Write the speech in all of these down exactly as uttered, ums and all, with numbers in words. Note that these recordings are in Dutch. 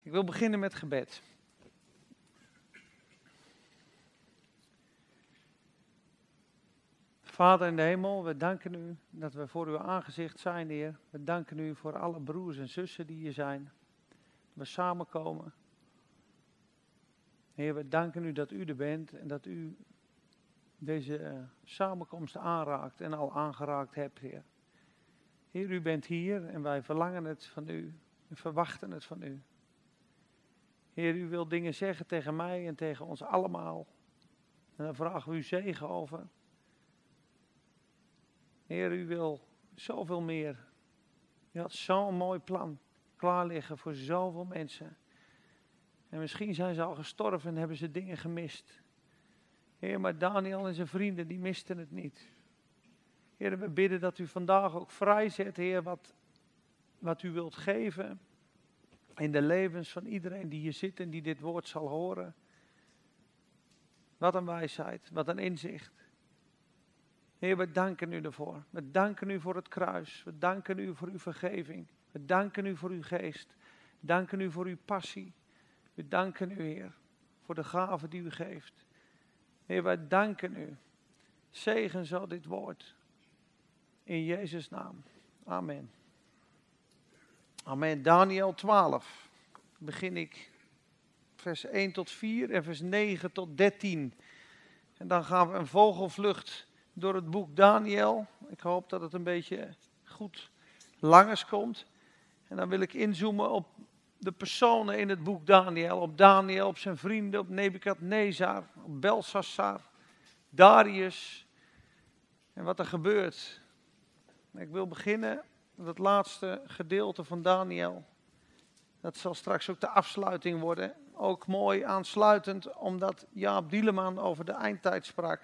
Ik wil beginnen met gebed. Vader in de hemel, we danken u dat we voor uw aangezicht zijn, Heer. We danken u voor alle broers en zussen die hier zijn. We samenkomen. Heer, we danken u dat u er bent en dat u deze uh, samenkomst aanraakt en al aangeraakt hebt, Heer. Heer, u bent hier en wij verlangen het van u en verwachten het van u. Heer, u wilt dingen zeggen tegen mij en tegen ons allemaal. En daar vragen we u zegen over. Heer, u wil zoveel meer. U had zo'n mooi plan klaar liggen voor zoveel mensen. En misschien zijn ze al gestorven en hebben ze dingen gemist. Heer, maar Daniel en zijn vrienden, die misten het niet. Heer, we bidden dat u vandaag ook vrijzet, Heer, wat, wat u wilt geven in de levens van iedereen die hier zit en die dit woord zal horen. Wat een wijsheid, wat een inzicht. Heer, we danken u ervoor. We danken u voor het kruis. We danken u voor uw vergeving. We danken u voor uw geest. We danken u voor uw passie. We danken u, Heer, voor de gave die u geeft. Heer, wij danken u. Zegen zo dit woord. In Jezus' naam. Amen. Amen. Daniel twaalf. Begin ik. Vers één tot vier en vers negen tot dertien. En dan gaan we een vogelvlucht door het boek Daniel. Ik hoop dat het een beetje goed langers komt. En dan wil ik inzoomen op de personen in het boek Daniel. Op Daniel, op zijn vrienden, op Nebukadnezar, op Belsassar, Darius. En wat er gebeurt. Ik wil beginnen met het laatste gedeelte van Daniel. Dat zal straks ook de afsluiting worden. Ook mooi aansluitend, omdat Jaap Dieleman over de eindtijd sprak.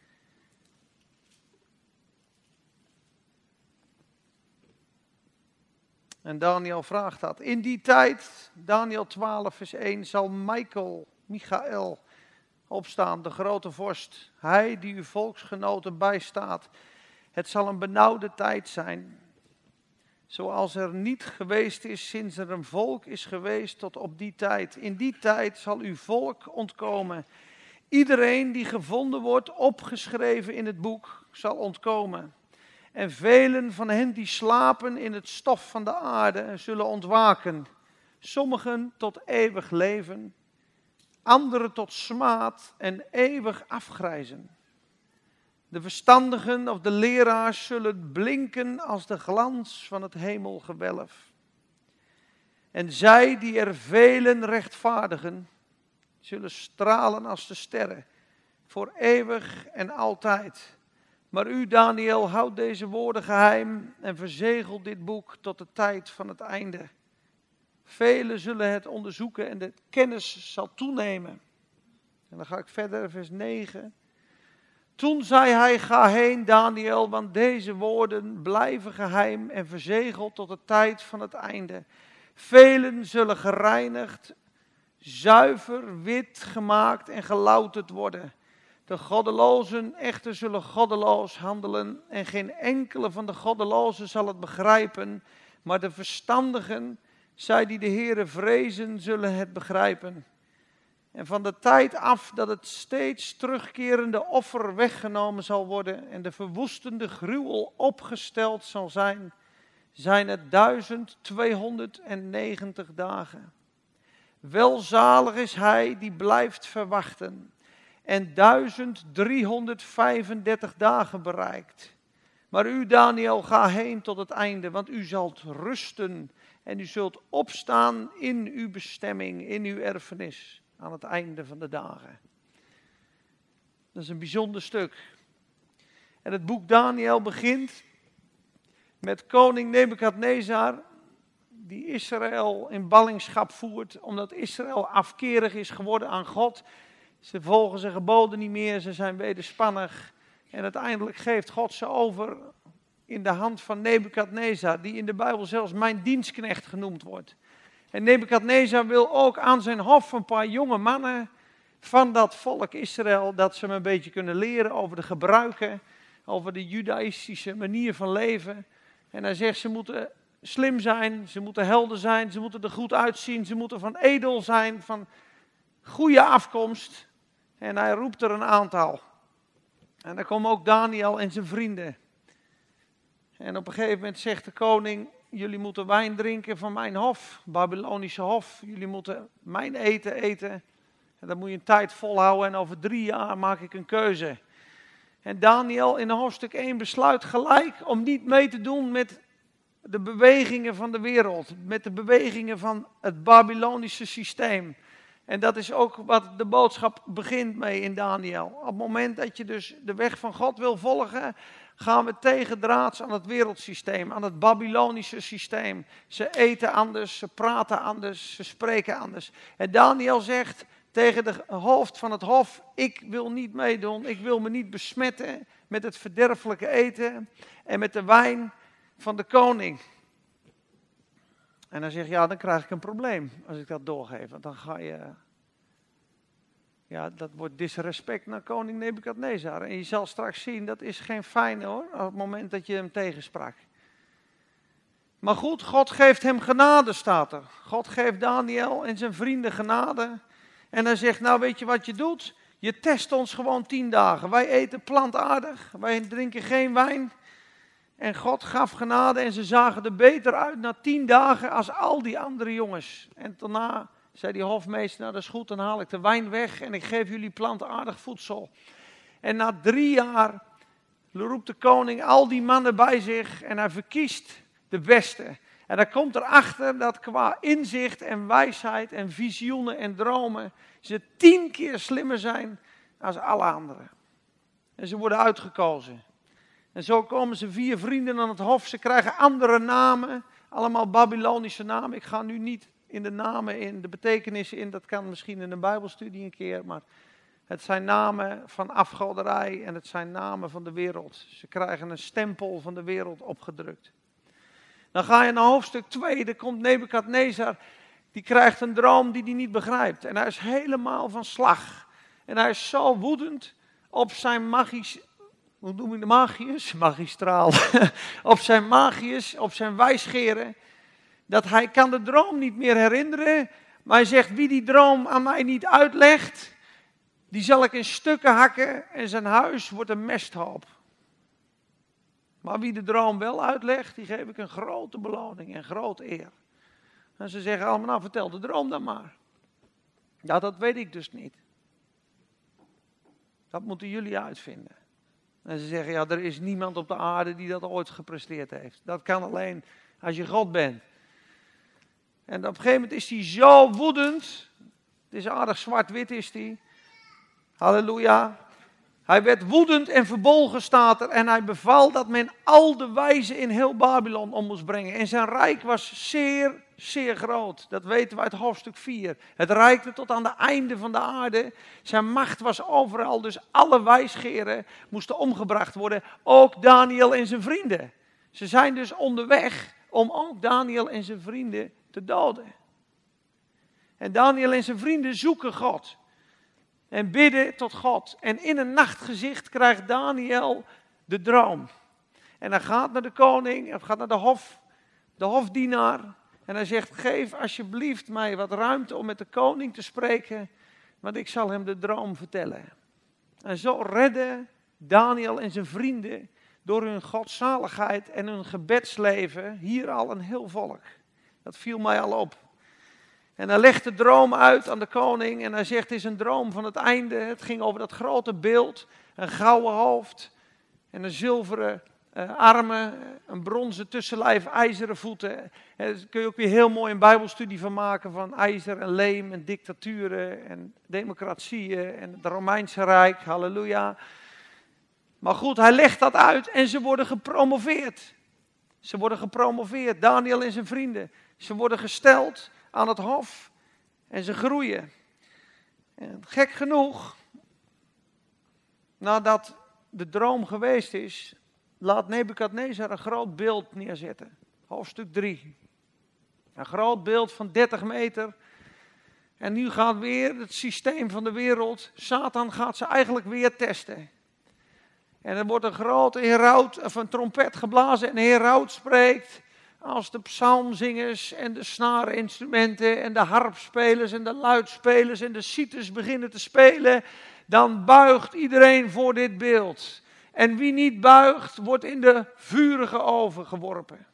En Daniel vraagt dat. In die tijd, Daniel twaalf vers één, zal Michael, Michael opstaan, de grote vorst. Hij die uw volksgenoten bijstaat. Het zal een benauwde tijd zijn. Zoals er niet geweest is sinds er een volk is geweest tot op die tijd. In die tijd zal uw volk ontkomen. Iedereen die gevonden wordt, opgeschreven in het boek, zal ontkomen. En velen van hen die slapen in het stof van de aarde zullen ontwaken. Sommigen tot eeuwig leven, anderen tot smaad en eeuwig afgrijzen. De verstandigen of de leraars zullen blinken als de glans van het hemelgewelf. En zij die er velen rechtvaardigen, zullen stralen als de sterren, voor eeuwig en altijd. Maar u, Daniel, houdt deze woorden geheim en verzegelt dit boek tot de tijd van het einde. Velen zullen het onderzoeken en de kennis zal toenemen. En dan ga ik verder, vers negen. Toen zei hij, ga heen, Daniel, want deze woorden blijven geheim en verzegeld tot de tijd van het einde. Velen zullen gereinigd, zuiver, wit gemaakt en gelouterd worden. De goddelozen echter zullen goddeloos handelen en geen enkele van de goddelozen zal het begrijpen, maar de verstandigen, zij die de Heere vrezen, zullen het begrijpen. En van de tijd af dat het steeds terugkerende offer weggenomen zal worden en de verwoestende gruwel opgesteld zal zijn, zijn het duizend tweehonderdnegentig dagen. Welzalig is hij die blijft verwachten en duizend driehonderdvijfendertig dagen bereikt. Maar u, Daniel, ga heen tot het einde, want u zult rusten en u zult opstaan in uw bestemming, in uw erfenis, aan het einde van de dagen. Dat is een bijzonder stuk. En het boek Daniel begint met koning Nebukadnezar, die Israël in ballingschap voert, omdat Israël afkerig is geworden aan God. Ze volgen zijn geboden niet meer, ze zijn wederspannig. En uiteindelijk geeft God ze over in de hand van Nebukadnezar, die in de Bijbel zelfs mijn dienstknecht genoemd wordt. En Nebukadnezar wil ook aan zijn hof een paar jonge mannen van dat volk Israël, dat ze hem een beetje kunnen leren over de gebruiken, over de judaïstische manier van leven. En hij zegt, ze moeten slim zijn, ze moeten helder zijn, ze moeten er goed uitzien, ze moeten van edel zijn, van goede afkomst. En hij roept er een aantal. En dan komen ook Daniel en zijn vrienden. En op een gegeven moment zegt de koning, jullie moeten wijn drinken van mijn hof, Babylonische hof. Jullie moeten mijn eten eten. En dat moet je een tijd volhouden en over drie jaar maak ik een keuze. En Daniel in hoofdstuk één besluit gelijk om niet mee te doen met de bewegingen van de wereld. Met de bewegingen van het Babylonische systeem. En dat is ook wat de boodschap begint mee in Daniel. Op het moment dat je dus de weg van God wil volgen, gaan we tegendraads aan het wereldsysteem, aan het Babylonische systeem. Ze eten anders, ze praten anders, ze spreken anders. En Daniel zegt tegen de hoofd van het hof, ik wil niet meedoen, ik wil me niet besmetten met het verderfelijke eten en met de wijn van de koning. En dan zeg je, ja, dan krijg ik een probleem als ik dat doorgeef. Want dan ga je, ja, dat wordt disrespect naar koning Nebukadnezar. En je zal straks zien, dat is geen fijne hoor, op het moment dat je hem tegensprak. Maar goed, God geeft hem genade, staat er. God geeft Daniel en zijn vrienden genade. En hij zegt, nou weet je wat je doet? Je test ons gewoon tien dagen. Wij eten plantaardig, wij drinken geen wijn. En God gaf genade en ze zagen er beter uit na tien dagen als al die andere jongens. En daarna zei die hofmeester, nou dat is goed, dan haal ik de wijn weg en ik geef jullie plantaardig voedsel. En na drie jaar roept de koning al die mannen bij zich en hij verkiest de beste. En dan komt erachter dat qua inzicht en wijsheid en visioenen en dromen ze tien keer slimmer zijn als alle anderen. En ze worden uitgekozen. En zo komen ze vier vrienden aan het hof. Ze krijgen andere namen. Allemaal Babylonische namen. Ik ga nu niet in de namen, in de betekenissen in. Dat kan misschien in een bijbelstudie een keer. Maar het zijn namen van afgoderij. En het zijn namen van de wereld. Ze krijgen een stempel van de wereld opgedrukt. Dan ga je naar hoofdstuk twee. Daar komt Nebukadnezar. Die krijgt een droom die hij niet begrijpt. En hij is helemaal van slag. En hij is zo woedend op zijn magisch... Hoe noem je de magius? Magistraal. op zijn magius, op zijn wijsgeren. Dat hij kan de droom niet meer herinneren. Maar hij zegt, wie die droom aan mij niet uitlegt, die zal ik in stukken hakken en zijn huis wordt een mesthoop. Maar wie de droom wel uitlegt, die geef ik een grote beloning en grote eer. En ze zeggen allemaal, nou vertel de droom dan maar. Ja, dat weet ik dus niet. Dat moeten jullie uitvinden. En ze zeggen, ja, er is niemand op de aarde die dat ooit gepresteerd heeft. Dat kan alleen als je God bent. En op een gegeven moment is hij zo woedend. Het is aardig zwart-wit is hij. Halleluja. Hij werd woedend en verbolgen, staat er. En hij beval dat men al de wijzen in heel Babylon om moest brengen. En zijn rijk was zeer, zeer groot. Dat weten we uit hoofdstuk vier. Het reikte tot aan de einde van de aarde. Zijn macht was overal. Dus alle wijsgeren moesten omgebracht worden. Ook Daniel en zijn vrienden. Ze zijn dus onderweg om ook Daniel en zijn vrienden te doden. En Daniel en zijn vrienden zoeken God. En bidden tot God. En in een nachtgezicht krijgt Daniel de droom. En hij gaat naar de koning, hij gaat naar de hof, de hofdienaar. En hij zegt, geef alsjeblieft mij wat ruimte om met de koning te spreken. Want ik zal hem de droom vertellen. En zo redden Daniel en zijn vrienden door hun godzaligheid en hun gebedsleven hier al een heel volk. Dat viel mij al op. En hij legt de droom uit aan de koning en hij zegt, het is een droom van het einde. Het ging over dat grote beeld, een gouden hoofd en een zilveren uh, armen, een bronzen tussenlijf, ijzeren voeten. En daar kun je ook weer heel mooi een bijbelstudie van maken van ijzer en leem en dictaturen en democratieën en het Romeinse Rijk, halleluja. Maar goed, hij legt dat uit en ze worden gepromoveerd. Ze worden gepromoveerd, Daniel en zijn vrienden. Ze worden gesteld aan het hof en ze groeien. En gek genoeg, nadat de droom geweest is, laat Nebukadnezar een groot beeld neerzetten. Hoofdstuk drie. Een groot beeld van dertig meter. En nu gaat weer het systeem van de wereld, Satan gaat ze eigenlijk weer testen. En er wordt een grote heraut, of een trompet geblazen en een heraut spreekt. als de psalmzingers en de snareninstrumenten en de harpspelers en de luidspelers en de citers beginnen te spelen, dan buigt iedereen voor dit beeld. En wie niet buigt, wordt in de vurige oven geworpen.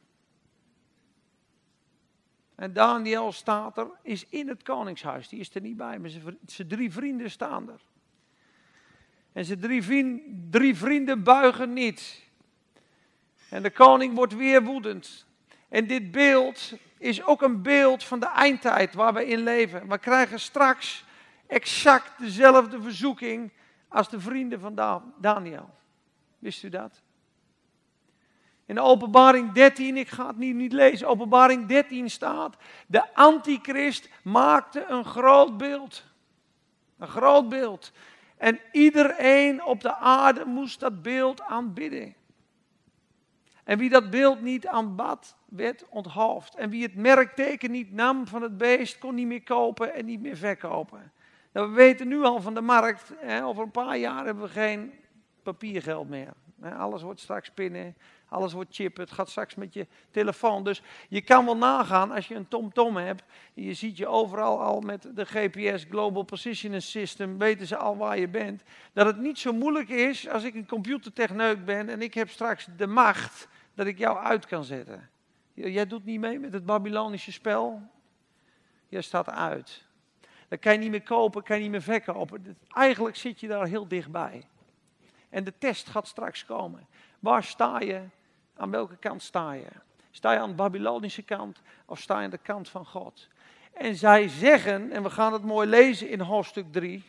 En Daniel staat er, is in het koningshuis. Die is er niet bij, maar zijn drie vrienden staan er. En zijn drie vrienden, drie vrienden buigen niet. En de koning wordt weer woedend. En dit beeld is ook een beeld van de eindtijd waar we in leven. We krijgen straks exact dezelfde verzoeking als de vrienden van Daniel. Wist u dat? In Openbaring dertien, ik ga het niet, niet lezen, Openbaring dertien staat, de antichrist maakte een groot beeld. Een groot beeld. En iedereen op de aarde moest dat beeld aanbidden. En wie dat beeld niet aanbad, werd onthoofd. En wie het merkteken niet nam van het beest, kon niet meer kopen en niet meer verkopen. Nou, we weten nu al van de markt, hè, over een paar jaar hebben we geen papiergeld meer. Alles wordt straks pinnen, alles wordt chippen, het gaat straks met je telefoon. Dus je kan wel nagaan als je een TomTom hebt, je ziet je overal al met de G P S, Global Positioning System, weten ze al waar je bent. Dat het niet zo moeilijk is als ik een computertechneuk ben en ik heb straks de macht dat ik jou uit kan zetten. Jij doet niet mee met het Babylonische spel, jij staat uit. Dat kan je niet meer kopen, kan je niet meer verkopen. Eigenlijk zit je daar heel dichtbij. En de test gaat straks komen. Waar sta je? Aan welke kant sta je? Sta je aan de Babylonische kant of sta je aan de kant van God? En zij zeggen, en we gaan het mooi lezen in hoofdstuk drie.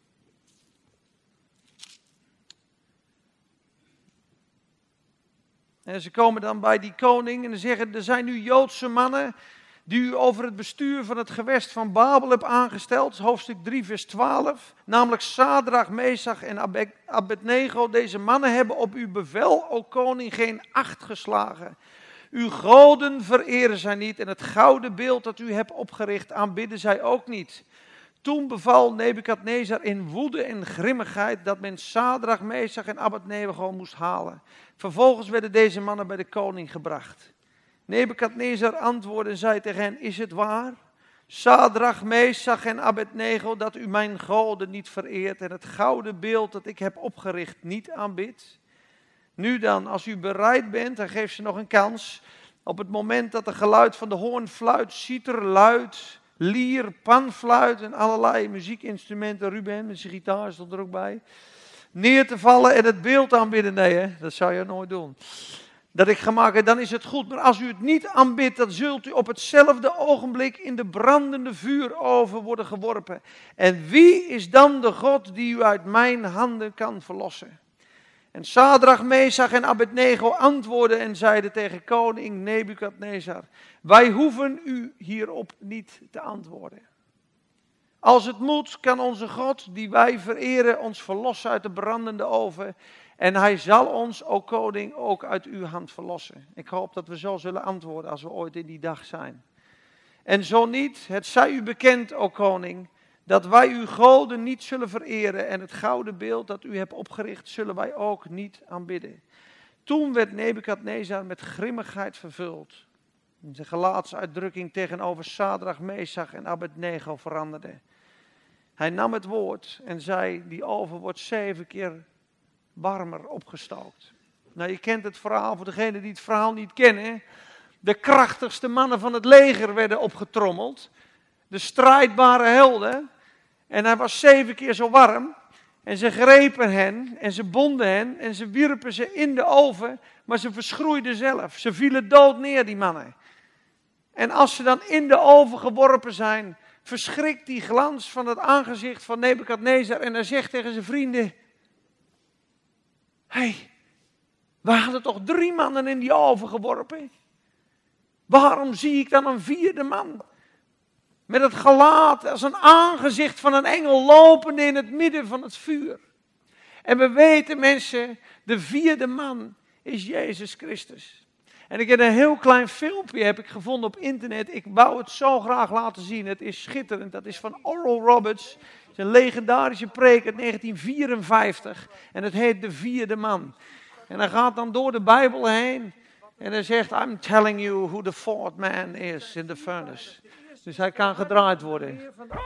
En ze komen dan bij die koning en ze zeggen, er zijn nu Joodse mannen die u over het bestuur van het gewest van Babel hebt aangesteld, hoofdstuk drie vers twaalf, namelijk Sadrach, Mesach en Abednego. Deze mannen hebben op uw bevel, o koning, geen acht geslagen. Uw goden vereren zij niet en het gouden beeld dat u hebt opgericht aanbidden zij ook niet. Toen beval Nebukadnezar in woede en grimmigheid dat men Sadrach, Mesach en Abednego moest halen. Vervolgens werden deze mannen bij de koning gebracht. Nebukadnezar antwoordde en zei tegen hen, is het waar, Sadrach, Mesach en Abednego, dat u mijn goden niet vereert en het gouden beeld dat ik heb opgericht niet aanbidt? Nu dan, als u bereid bent, dan geeft ze nog een kans. Op het moment dat het geluid van de hoornfluit, citer, luid, lier, panfluit en allerlei muziekinstrumenten, Ruben met zijn gitaar stond er ook bij, neer te vallen en het beeld aanbidden. Nee, hè? Dat zou je nooit doen. Dat ik ga maken, dan is het goed. Maar als u het niet aanbidt, dan zult u op hetzelfde ogenblik in de brandende vuuroven worden geworpen. En wie is dan de God die u uit mijn handen kan verlossen? En Sadrach, Mesach en Abednego antwoordden en zeiden tegen koning Nebukadnezar, wij hoeven u hierop niet te antwoorden. Als het moet, kan onze God, die wij vereren, ons verlossen uit de brandende oven. En hij zal ons, o koning, ook uit uw hand verlossen. Ik hoop dat we zo zullen antwoorden als we ooit in die dag zijn. En zo niet, het zij u bekend, o koning, dat wij uw goden niet zullen vereren en het gouden beeld dat u hebt opgericht, zullen wij ook niet aanbidden. Toen werd Nebukadnezar met grimmigheid vervuld. Zijn gelaatsuitdrukking tegenover Sadrach, Mesach en Abednego veranderde. Hij nam het woord en zei, die oven wordt zeven keer warmer opgestookt. Nou, je kent het verhaal, voor degenen die het verhaal niet kennen. De krachtigste mannen van het leger werden opgetrommeld. De strijdbare helden. En hij was zeven keer zo warm. En ze grepen hen en ze bonden hen en ze wierpen ze in de oven. Maar ze verschroeiden zelf. Ze vielen dood neer, die mannen. En als ze dan in de oven geworpen zijn, verschrikt die glans van het aangezicht van Nebukadnezar. En hij zegt tegen zijn vrienden, hé, hey, we hadden toch drie mannen in die oven geworpen? Waarom zie ik dan een vierde man? Met het gelaat als een aangezicht van een engel lopende in het midden van het vuur. En we weten mensen, de vierde man is Jezus Christus. En ik heb een heel klein filmpje heb ik gevonden op internet. Ik wou het zo graag laten zien. Het is schitterend. Dat is van Oral Roberts. Het is een legendarische preek uit negentien vierenvijftig. En het heet De Vierde Man. En hij gaat dan door de Bijbel heen. En hij zegt, I'm telling you who the fourth man is in the furnace. Dus hij kan gedraaid worden.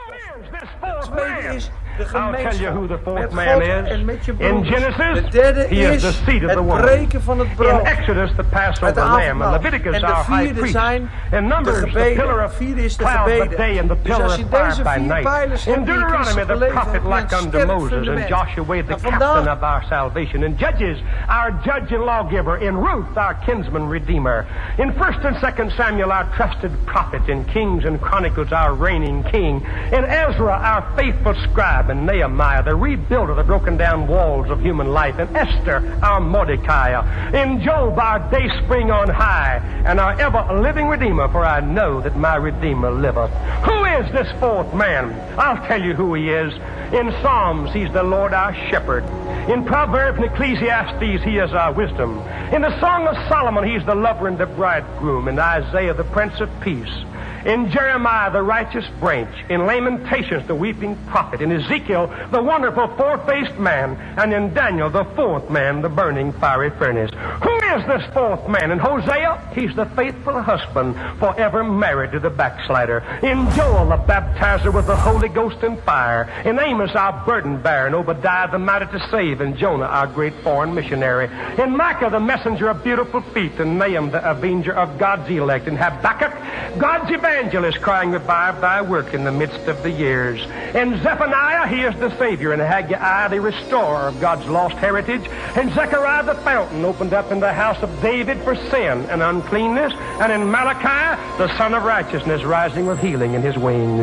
Het tweede is de gemeenschap who the met fourth God man is. en met je In broers. Genesis, De derde he is is the seed of the het woman. breken van het In brood. Exodus, the Het Passover lamb. And avondmaal. Leviticus, En de our high vierde priest. zijn In de Numbers, the gebeden. pillar De of vierde is de cloud by gebeden. day and the Dus pillar als of je fire deze by vier night. pijlers In hebt in je Deuteronomy, christelijke the leven, prophet heb je een like unto sterk Moses. And fundament. Joshua, the En captain vandaag of our salvation. In Judges, our judge and lawgiver. In Ruth, our kinsman redeemer. In First and Second Samuel, our trusted prophet. In Kings and Chronicles, our reigning king. In Ezra, our faithful scribe. In Nehemiah, the rebuilder of the broken down walls of human life. In Esther, our Mordecai. In Job, our dayspring on high. And our ever living redeemer, for I know that my redeemer liveth. Who is this fourth man? I'll tell you who he is. In Psalms, he's the Lord our shepherd. In Proverbs and Ecclesiastes, he is our wisdom. In the Song of Solomon, he's the lover and the bridegroom. In Isaiah, the Prince of Peace. In Jeremiah, the righteous branch. In Lamentations, the weeping prophet. In Ezekiel, the wonderful four-faced man. And in Daniel, the fourth man, the burning fiery furnace. Who is this fourth man? In Hosea, he's the faithful husband, forever married to the backslider. In Joel, the baptizer with the Holy Ghost and fire. In Amos, our burden bearer. In Obadiah, the mighty to save. In Jonah, our great foreign missionary. In Micah, the messenger of beautiful feet. In Nahum, the avenger of God's elect. In Habakkuk, God's evangelist crying, revive thy work in the midst of the years. In Zephaniah, he is the Savior. In Haggai, the restorer of God's lost heritage. In Zechariah, the fountain opened up in the house of David for sin and uncleanness. And in Malachi, the Son of Righteousness rising with healing in his wings.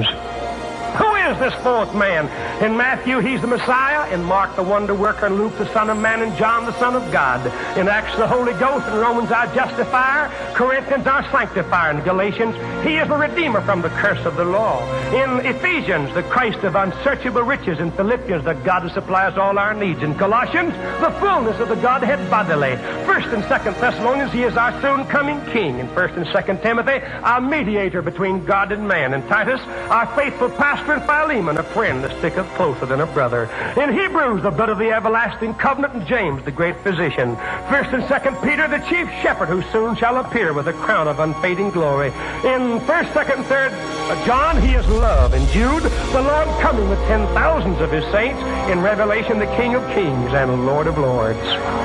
Who is this fourth man? In Matthew, he's the Messiah. In Mark, the wonder worker. In Luke, the Son of Man. In John, the Son of God. In Acts, the Holy Ghost. In Romans, our justifier. Corinthians, our sanctifier. In Galatians, he is the Redeemer from the curse of the law. In Ephesians, the Christ of unsearchable riches. In Philippians, the God who supplies all our needs. In Colossians, the fullness of the Godhead bodily. First and Second Thessalonians, he is our soon-coming King. In First and Second Timothy, our mediator between God and man. In Titus, our faithful pastor. And Philemon, a friend that sticketh closer than a brother. In Hebrews, the blood of the everlasting covenant. And James, the great physician. First and Second Peter, the chief shepherd, who soon shall appear with a crown of unfading glory. In First, Second, and Third John, he is love. In Jude, the Lord coming with ten thousands of his saints. In Revelation, the King of kings and Lord of lords.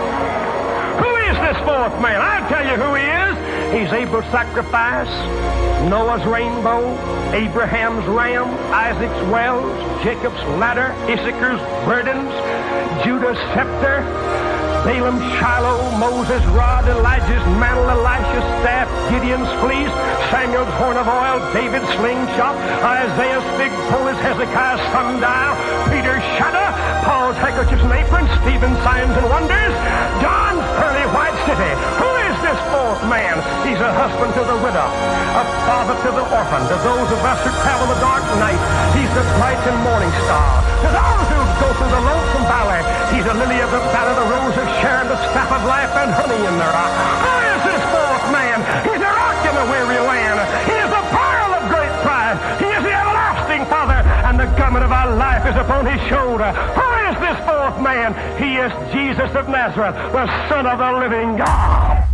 Who is this fourth man? I'll tell you who he is. He's Abel's sacrifice, Noah's rainbow, Abraham's ram, Isaac's wells, Jacob's ladder, Issachar's burdens, Judah's scepter, Balaam's Shiloh, Moses' rod, Elijah's mantle, Elisha's staff, Gideon's fleece, Samuel's horn of oil, David's slingshot, Isaiah's fig pole, Hezekiah's sundial, Peter's shudder, Paul's handkerchiefs and aprons, Stephen's signs and wonders, John's pearly white city. Who is this fourth man? He's a husband to the widow, a father to the orphan, to those of us who travel the dark night. He's the bright and morning star. To those who go through the lonesome valley, he's a lily of the valley, the rose of Sharon, the staff of life and honey in their eye. Who is this fourth man? He's a rock in a weary land. He is the pearl of great price. He is the everlasting Father, and the garment of our life is upon his shoulder. Who is this fourth man? He is Jesus of Nazareth, the Son of the living God.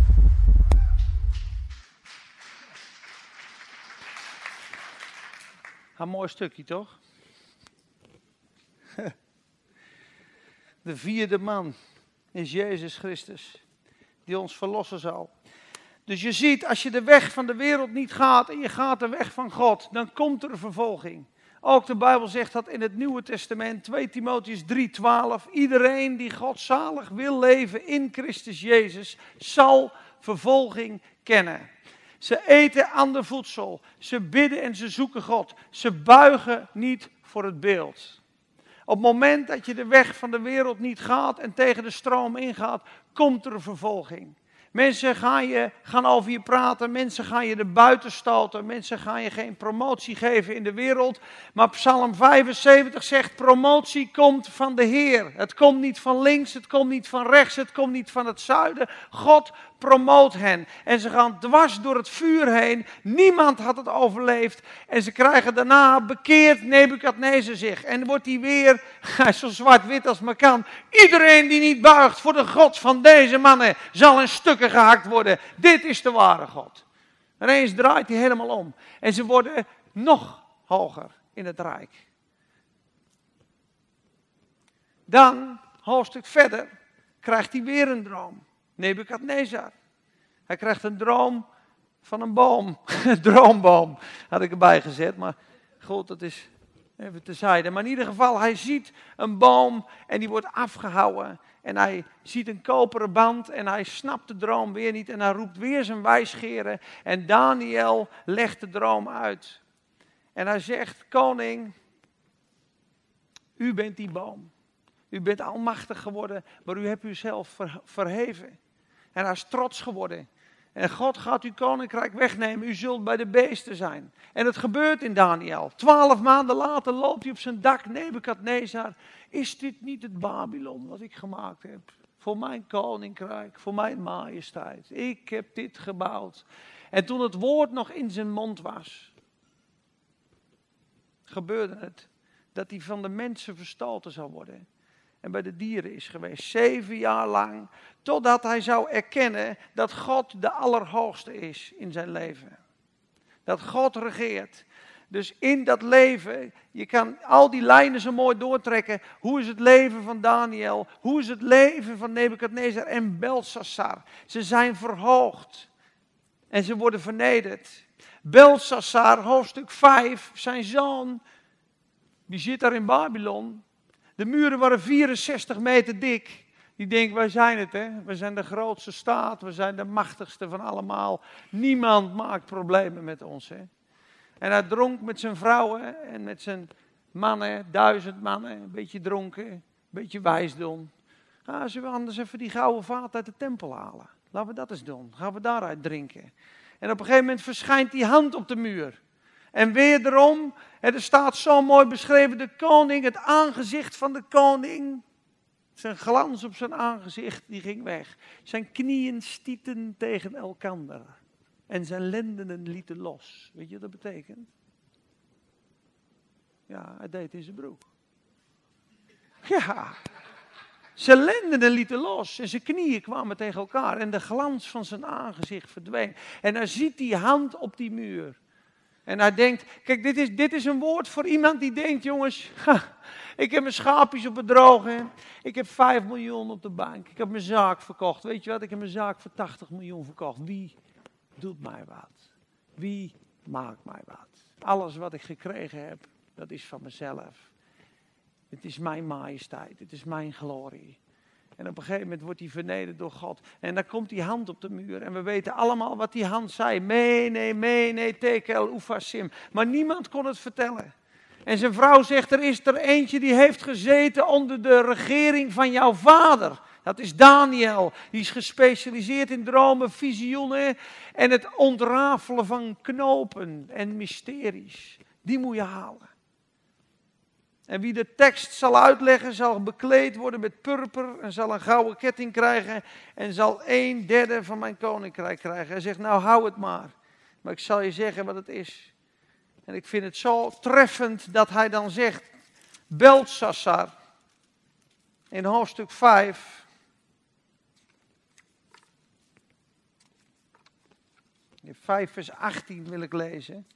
Een mooi stukje, toch? De vierde man is Jezus Christus, die ons verlossen zal. Dus je ziet, als je de weg van de wereld niet gaat en je gaat de weg van God, dan komt er vervolging. Ook de Bijbel zegt dat in het Nieuwe Testament, twee Timotheüs drie twaalf, iedereen die godzalig wil leven in Christus Jezus, zal vervolging kennen. Ze eten ander voedsel, ze bidden en ze zoeken God. Ze buigen niet voor het beeld. Op het moment dat je de weg van de wereld niet gaat en tegen de stroom ingaat, komt er vervolging. Mensen gaan, je, gaan over je praten, mensen gaan je er buiten stoten, mensen gaan je geen promotie geven in de wereld. Maar Psalm vijfenzeventig zegt, promotie komt van de Heer. Het komt niet van links, het komt niet van rechts, het komt niet van het zuiden. God promoot hen. En ze gaan dwars door het vuur heen. Niemand had het overleefd. En ze krijgen daarna bekeerd Nebukadnezar zich. En wordt hij weer, hij is zo zwart-wit als maar kan. Iedereen die niet buigt voor de God van deze mannen zal in stukken gehakt worden. Dit is de ware God. En eens draait hij helemaal om. En ze worden nog hoger in het rijk. Dan, hoofdstuk verder, krijgt hij weer een droom. Nebukadnezar. Hij krijgt een droom van een boom. Een droomboom had ik erbij gezet, maar goed, dat is even terzijde. Maar in ieder geval, hij ziet een boom en die wordt afgehouwen. En hij ziet een koperen band en hij snapt de droom weer niet. En hij roept weer zijn wijsgeren. En Daniel legt de droom uit. En hij zegt, koning, u bent die boom. U bent almachtig geworden, maar u hebt uzelf ver, verheven. En hij is trots geworden. En God gaat uw koninkrijk wegnemen. U zult bij de beesten zijn. En het gebeurt in Daniel. Twaalf maanden later loopt hij op zijn dak. Nebukadnezar, is dit niet het Babylon wat ik gemaakt heb? Voor mijn koninkrijk, voor mijn majesteit. Ik heb dit gebouwd. En toen het woord nog in zijn mond was, gebeurde het dat hij van de mensen verstoten zou worden. En bij de dieren is geweest, zeven jaar lang, totdat hij zou erkennen dat God de Allerhoogste is in zijn leven. Dat God regeert. Dus in dat leven, je kan al die lijnen zo mooi doortrekken. Hoe is het leven van Daniel? Hoe is het leven van Nebukadnezar en Belsassar? Ze zijn verhoogd en ze worden vernederd. Belsassar, hoofdstuk vijf, zijn zoon, die zit daar in Babylon. De muren waren vierenzestig meter dik. Die denken, wij zijn het, hè. We zijn de grootste staat, we zijn de machtigste van allemaal. Niemand maakt problemen met ons, hè. En hij dronk met zijn vrouwen en met zijn mannen, duizend mannen, een beetje dronken, een beetje wijsdom. Nou, zullen we anders even die gouden vaat uit de tempel halen? Laten we dat eens doen. Gaan we daaruit drinken. En op een gegeven moment verschijnt die hand op de muur. En wederom, er staat zo mooi beschreven, de koning, het aangezicht van de koning, zijn glans op zijn aangezicht, die ging weg. Zijn knieën stieten tegen elkander. En zijn lendenen lieten los. Weet je wat dat betekent? Ja, hij deed in zijn broek. Ja, zijn lendenen lieten los en zijn knieën kwamen tegen elkaar. En de glans van zijn aangezicht verdween. En hij ziet die hand op die muur. En hij denkt, kijk, dit is, dit is een woord voor iemand die denkt, jongens, ha, ik heb mijn schaapjes op het droge, ik heb vijf miljoen op de bank, ik heb mijn zaak verkocht. Weet je wat, ik heb mijn zaak voor tachtig miljoen verkocht. Wie doet mij wat? Wie maakt mij wat? Alles wat ik gekregen heb, dat is van mezelf. Het is mijn majesteit, het is mijn glorie. En op een gegeven moment wordt hij vernederd door God. En dan komt die hand op de muur. En we weten allemaal wat die hand zei. Mene, mene, tekel, ufasim. Maar niemand kon het vertellen. En zijn vrouw zegt, er is er eentje die heeft gezeten onder de regering van jouw vader. Dat is Daniel. Die is gespecialiseerd in dromen, visioenen en het ontrafelen van knopen en mysteries. Die moet je halen. En wie de tekst zal uitleggen, zal bekleed worden met purper en zal een gouden ketting krijgen en zal een derde van mijn koninkrijk krijgen. Hij zegt, nou hou het maar. Maar ik zal je zeggen wat het is. En ik vind het zo treffend dat hij dan zegt, Belsassar, in hoofdstuk vijf, in vijf vers achttien wil ik lezen.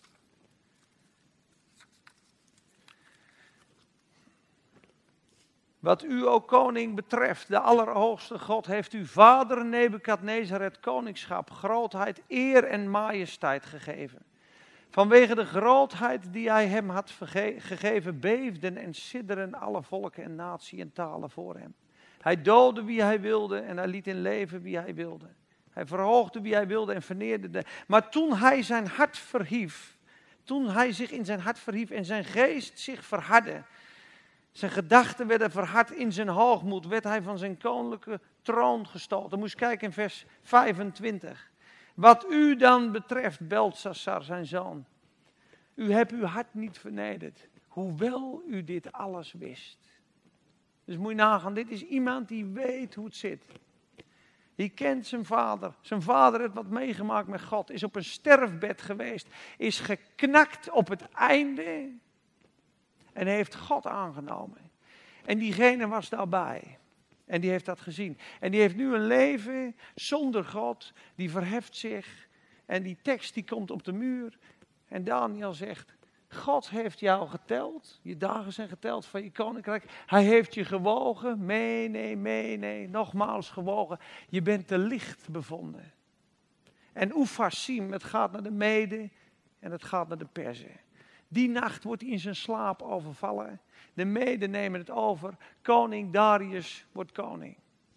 Wat u, o koning, betreft, de Allerhoogste God, heeft uw vader Nebukadnezar het koningschap, grootheid, eer en majesteit gegeven. Vanwege de grootheid die hij hem had verge- gegeven, beefden en sidderen alle volken en naties en talen voor hem. Hij doodde wie hij wilde en hij liet in leven wie hij wilde. Hij verhoogde wie hij wilde en vernederde. Maar toen hij zijn hart verhief, toen hij zich in zijn hart verhief en zijn geest zich verhardde, zijn gedachten werden verhard in zijn hoogmoed, werd hij van zijn koninklijke troon gestoten. Moest kijken in vers vijfentwintig. Wat u dan betreft, Belsassar, zijn zoon, u hebt uw hart niet vernederd, hoewel u dit alles wist. Dus moet je nagaan, dit is iemand die weet hoe het zit. Die kent zijn vader. Zijn vader heeft wat meegemaakt met God. Is op een sterfbed geweest. Is geknakt op het einde. En heeft God aangenomen. En diegene was daarbij. En die heeft dat gezien. En die heeft nu een leven zonder God. Die verheft zich. En die tekst die komt op de muur. En Daniel zegt, God heeft jou geteld. Je dagen zijn geteld van je koninkrijk. Hij heeft je gewogen. Nee, nee, nee, nee. Nogmaals gewogen. Je bent te licht bevonden. En Ufasim, het gaat naar de Mede en het gaat naar de Perzen. Die nacht wordt hij in zijn slaap overvallen. De Meden nemen het over. Koning Darius wordt koning.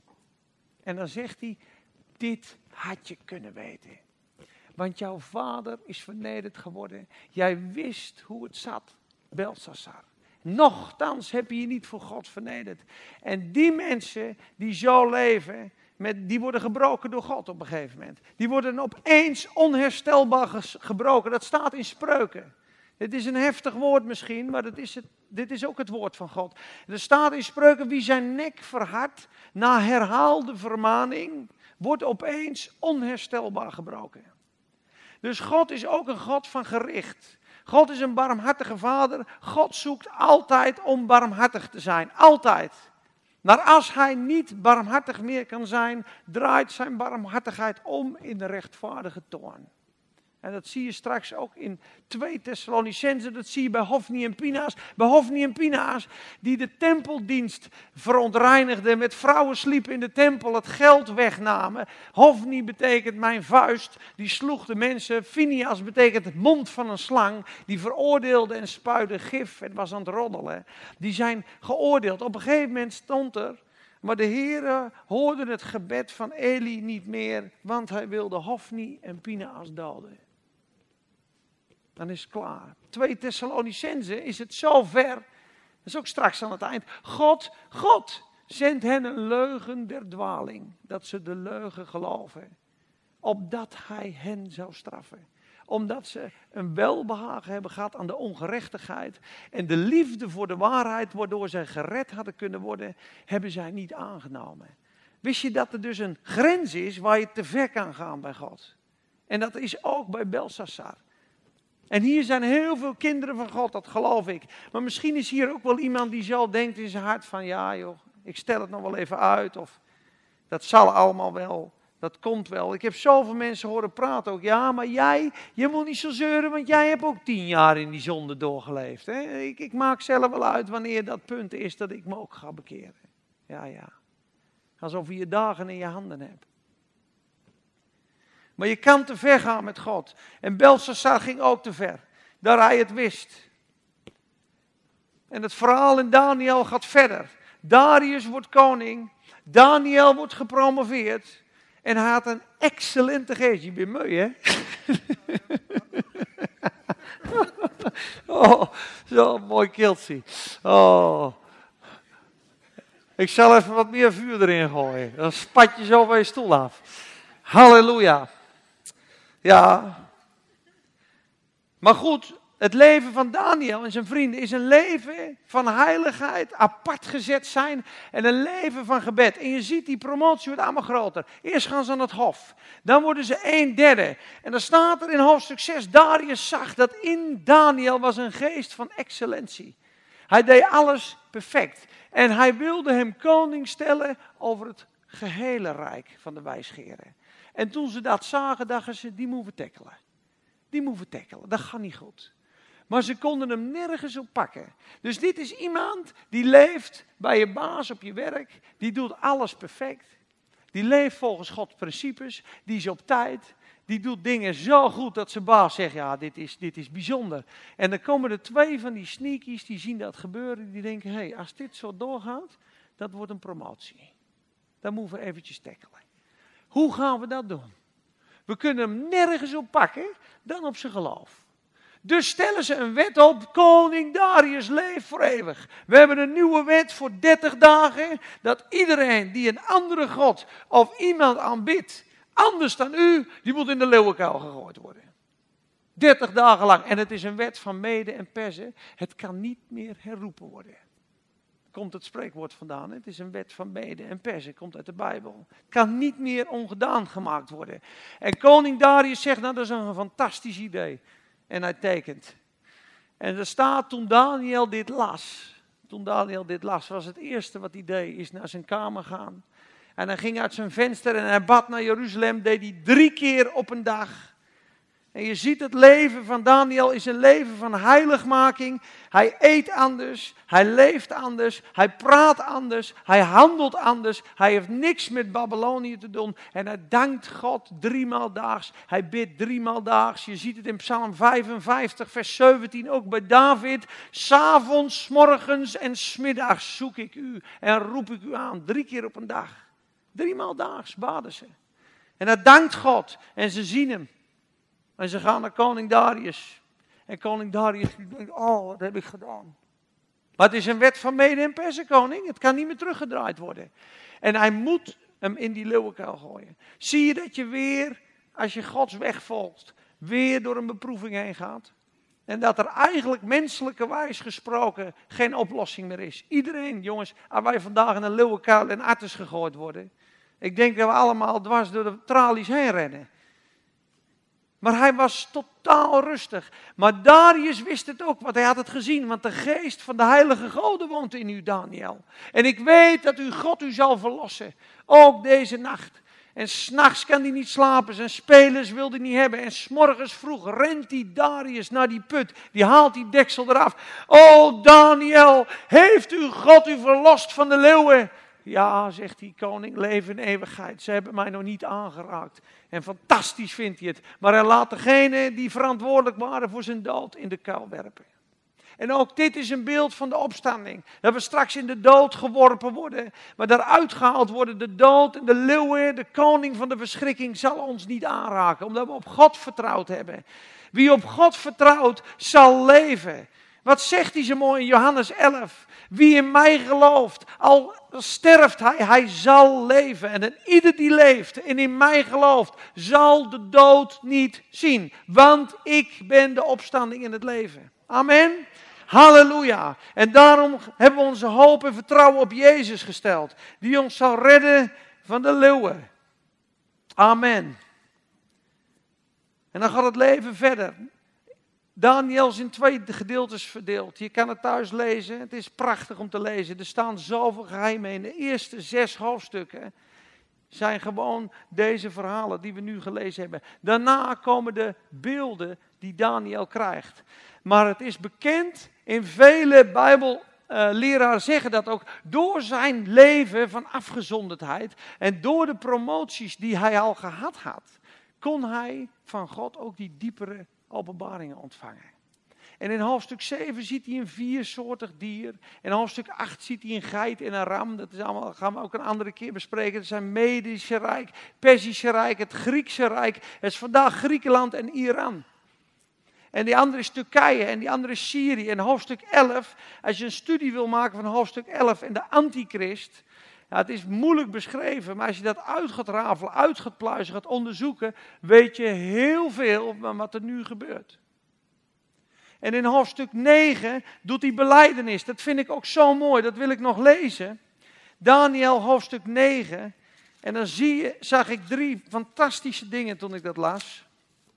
En dan zegt hij, dit had je kunnen weten. Want jouw vader is vernederd geworden. Jij wist hoe het zat, Belshazzar. Nochtans heb je je niet voor God vernederd. En die mensen die zo leven, met, die worden gebroken door God op een gegeven moment. Die worden opeens onherstelbaar ges, gebroken. Dat staat in Spreuken. Het is een heftig woord misschien, maar dat is het, dit is ook het woord van God. Er staat in Spreuken, wie zijn nek verhardt na herhaalde vermaning, wordt opeens onherstelbaar gebroken. Dus God is ook een God van gericht. God is een barmhartige vader. God zoekt altijd om barmhartig te zijn. Altijd. Maar als hij niet barmhartig meer kan zijn, draait zijn barmhartigheid om in de rechtvaardige toorn. En dat zie je straks ook in twee Thessalonicenzen, dat zie je bij Hofni en Pinaas. Bij Hofni en Pinaas, die de tempeldienst verontreinigden, met vrouwen sliepen in de tempel, het geld wegnamen. Hofni betekent mijn vuist, die sloeg de mensen. Phinehas betekent het mond van een slang, die veroordeelde en spuide gif. Het was aan het roddelen. Die zijn geoordeeld. Op een gegeven moment stond er, maar de Heere hoorde het gebed van Eli niet meer, want hij wilde Hofni en Pinaas doden. Dan is het klaar. twee Thessalonicenzen is het zo ver. Dat is ook straks aan het eind. God, God zendt hen een leugen der dwaling. Dat ze de leugen geloven. Opdat hij hen zou straffen. Omdat ze een welbehagen hebben gehad aan de ongerechtigheid. En de liefde voor de waarheid, waardoor zij gered hadden kunnen worden, hebben zij niet aangenomen. Wist je dat er dus een grens is waar je te ver kan gaan bij God? En dat is ook bij Belshazzar. En hier zijn heel veel kinderen van God, dat geloof ik. Maar misschien is hier ook wel iemand die zo denkt in zijn hart van, ja joh, ik stel het nog wel even uit. Of dat zal allemaal wel, dat komt wel. Ik heb zoveel mensen horen praten ook. Ja, maar jij, je moet niet zo zeuren, want jij hebt ook tien jaar in die zonde doorgeleefd. Hè? Ik, ik maak zelf wel uit wanneer dat punt is dat ik me ook ga bekeren. Ja, ja. Alsof je je dagen in je handen hebt. Maar je kan te ver gaan met God. En Belshazzar ging ook te ver. Daar hij het wist. En het verhaal in Daniel gaat verder. Darius wordt koning. Daniel wordt gepromoveerd. En hij had een excellente geest. Je bent mooi, hè? Oh, zo'n mooi kiltje. Oh. Ik zal even wat meer vuur erin gooien. Dan spat je zo van je stoel af. Halleluja. Ja. Maar goed, het leven van Daniel en zijn vrienden is een leven van heiligheid, apart gezet zijn en een leven van gebed. En je ziet, die promotie wordt allemaal groter. Eerst gaan ze aan het hof. Dan worden ze een derde. En dan staat er in hoofdstuk zes, Darius zag dat in Daniel was een geest van excellentie. Hij deed alles perfect. En hij wilde hem koning stellen over het gehele rijk van de wijsgeren. En toen ze dat zagen, dachten ze, die moeten we tackelen. Die moeten we tackelen, dat gaat niet goed. Maar ze konden hem nergens op pakken. Dus dit is iemand die leeft bij je baas op je werk. Die doet alles perfect. Die leeft volgens Gods principes. Die is op tijd. Die doet dingen zo goed dat zijn baas zegt, ja, dit is, dit is bijzonder. En dan komen er twee van die sneakies, die zien dat gebeuren. Die denken, hé, hey, als dit zo doorgaat, dat wordt een promotie. Dan moeten we eventjes tackelen. Hoe gaan we dat doen? We kunnen hem nergens op pakken dan op zijn geloof. Dus stellen ze een wet op, koning Darius leeft voor eeuwig. We hebben een nieuwe wet voor dertig dagen, dat iedereen die een andere god of iemand aanbidt, anders dan u, die moet in de leeuwenkuil gegooid worden. dertig dagen lang. En het is een wet van Mede en Perzen. Het kan niet meer herroepen worden. komt het spreekwoord vandaan. Het is een wet van mede en persen, komt uit de Bijbel. Het kan niet meer ongedaan gemaakt worden. En koning Darius zegt, nou dat is een fantastisch idee. En hij tekent. En er staat, toen Daniel dit las, toen Daniel dit las, was het eerste wat hij deed, is naar zijn kamer gaan. En hij ging uit zijn venster en hij bad naar Jeruzalem, deed hij drie keer op een dag. En je ziet het leven van Daniel is een leven van heiligmaking. Hij eet anders, hij leeft anders, hij praat anders, hij handelt anders. Hij heeft niks met Babylonië te doen. En hij dankt God driemaal daags. Hij bidt driemaal daags. Je ziet het in Psalm vijfenvijftig, vers zeventien, ook bij David. 'S Avonds, 's morgens en 's middags zoek ik u en roep ik u aan. Drie keer op een dag. Driemaal daags baden ze. En hij dankt God en ze zien hem. En ze gaan naar koning Darius. En koning Darius denkt, oh, wat heb ik gedaan. Maar het is een wet van mede en persen, koning. Het kan niet meer teruggedraaid worden. En hij moet hem in die leeuwenkuil gooien. Zie je dat je weer, als je Gods weg volgt, weer door een beproeving heen gaat? En dat er eigenlijk menselijkerwijs gesproken geen oplossing meer is. Iedereen, jongens, als wij vandaag in een leeuwenkuil en attes gegooid worden. Ik denk dat we allemaal dwars door de tralies heen rennen. Maar hij was totaal rustig. Maar Darius wist het ook, want hij had het gezien. Want de geest van de heilige goden woont in u, Daniel. En ik weet dat uw God u zal verlossen. Ook deze nacht. En 's nachts kan hij niet slapen. Zijn spelers wil hij niet hebben. En 's morgens vroeg rent die Darius naar die put. Die haalt die deksel eraf. O Daniel, heeft uw God u verlost van de leeuwen? Ja, zegt die koning, leven in eeuwigheid. Ze hebben mij nog niet aangeraakt. En fantastisch vindt hij het. Maar hij laat degene die verantwoordelijk waren voor zijn dood in de kuil werpen. En ook dit is een beeld van de opstanding. Dat we straks in de dood geworpen worden. Maar daaruit gehaald worden. De dood en de leeuwen, de koning van de verschrikking, zal ons niet aanraken. Omdat we op God vertrouwd hebben. Wie op God vertrouwt, zal leven. Wat zegt hij zo mooi in Johannes elf? Wie in mij gelooft, al sterft hij, hij zal leven. En een ieder die leeft en in mij gelooft, zal de dood niet zien. Want ik ben de opstanding in het leven. Amen. Halleluja. En daarom hebben we onze hoop en vertrouwen op Jezus gesteld. Die ons zal redden van de leeuwen. Amen. En dan gaat het leven verder. Daniel is in twee gedeeltes verdeeld. Je kan het thuis lezen. Het is prachtig om te lezen. Er staan zoveel geheimen in. De eerste zes hoofdstukken zijn gewoon deze verhalen die we nu gelezen hebben. Daarna komen de beelden die Daniel krijgt. Maar het is bekend, in vele Bijbelleraren zeggen dat ook, door zijn leven van afgezonderdheid en door de promoties die hij al gehad had, kon hij van God ook die diepere openbaringen ontvangen. En in hoofdstuk zeven ziet hij een viersoortig dier. In hoofdstuk acht ziet hij een geit en een ram. Dat is allemaal, gaan we ook een andere keer bespreken. Dat zijn Medische Rijk, Perzische Rijk, het Griekse Rijk. Het is vandaag Griekenland en Iran. En die andere is Turkije en die andere is Syrië. En hoofdstuk elf, als je een studie wil maken van hoofdstuk elf en de antichrist. Ja, het is moeilijk beschreven, maar als je dat uit gaat rafelen, uit gaat pluizen, gaat onderzoeken, weet je heel veel van wat er nu gebeurt. En in hoofdstuk negen doet hij belijdenis. Dat vind ik ook zo mooi, dat wil ik nog lezen. Daniel hoofdstuk negen. En dan zie je, zag ik drie fantastische dingen toen ik dat las.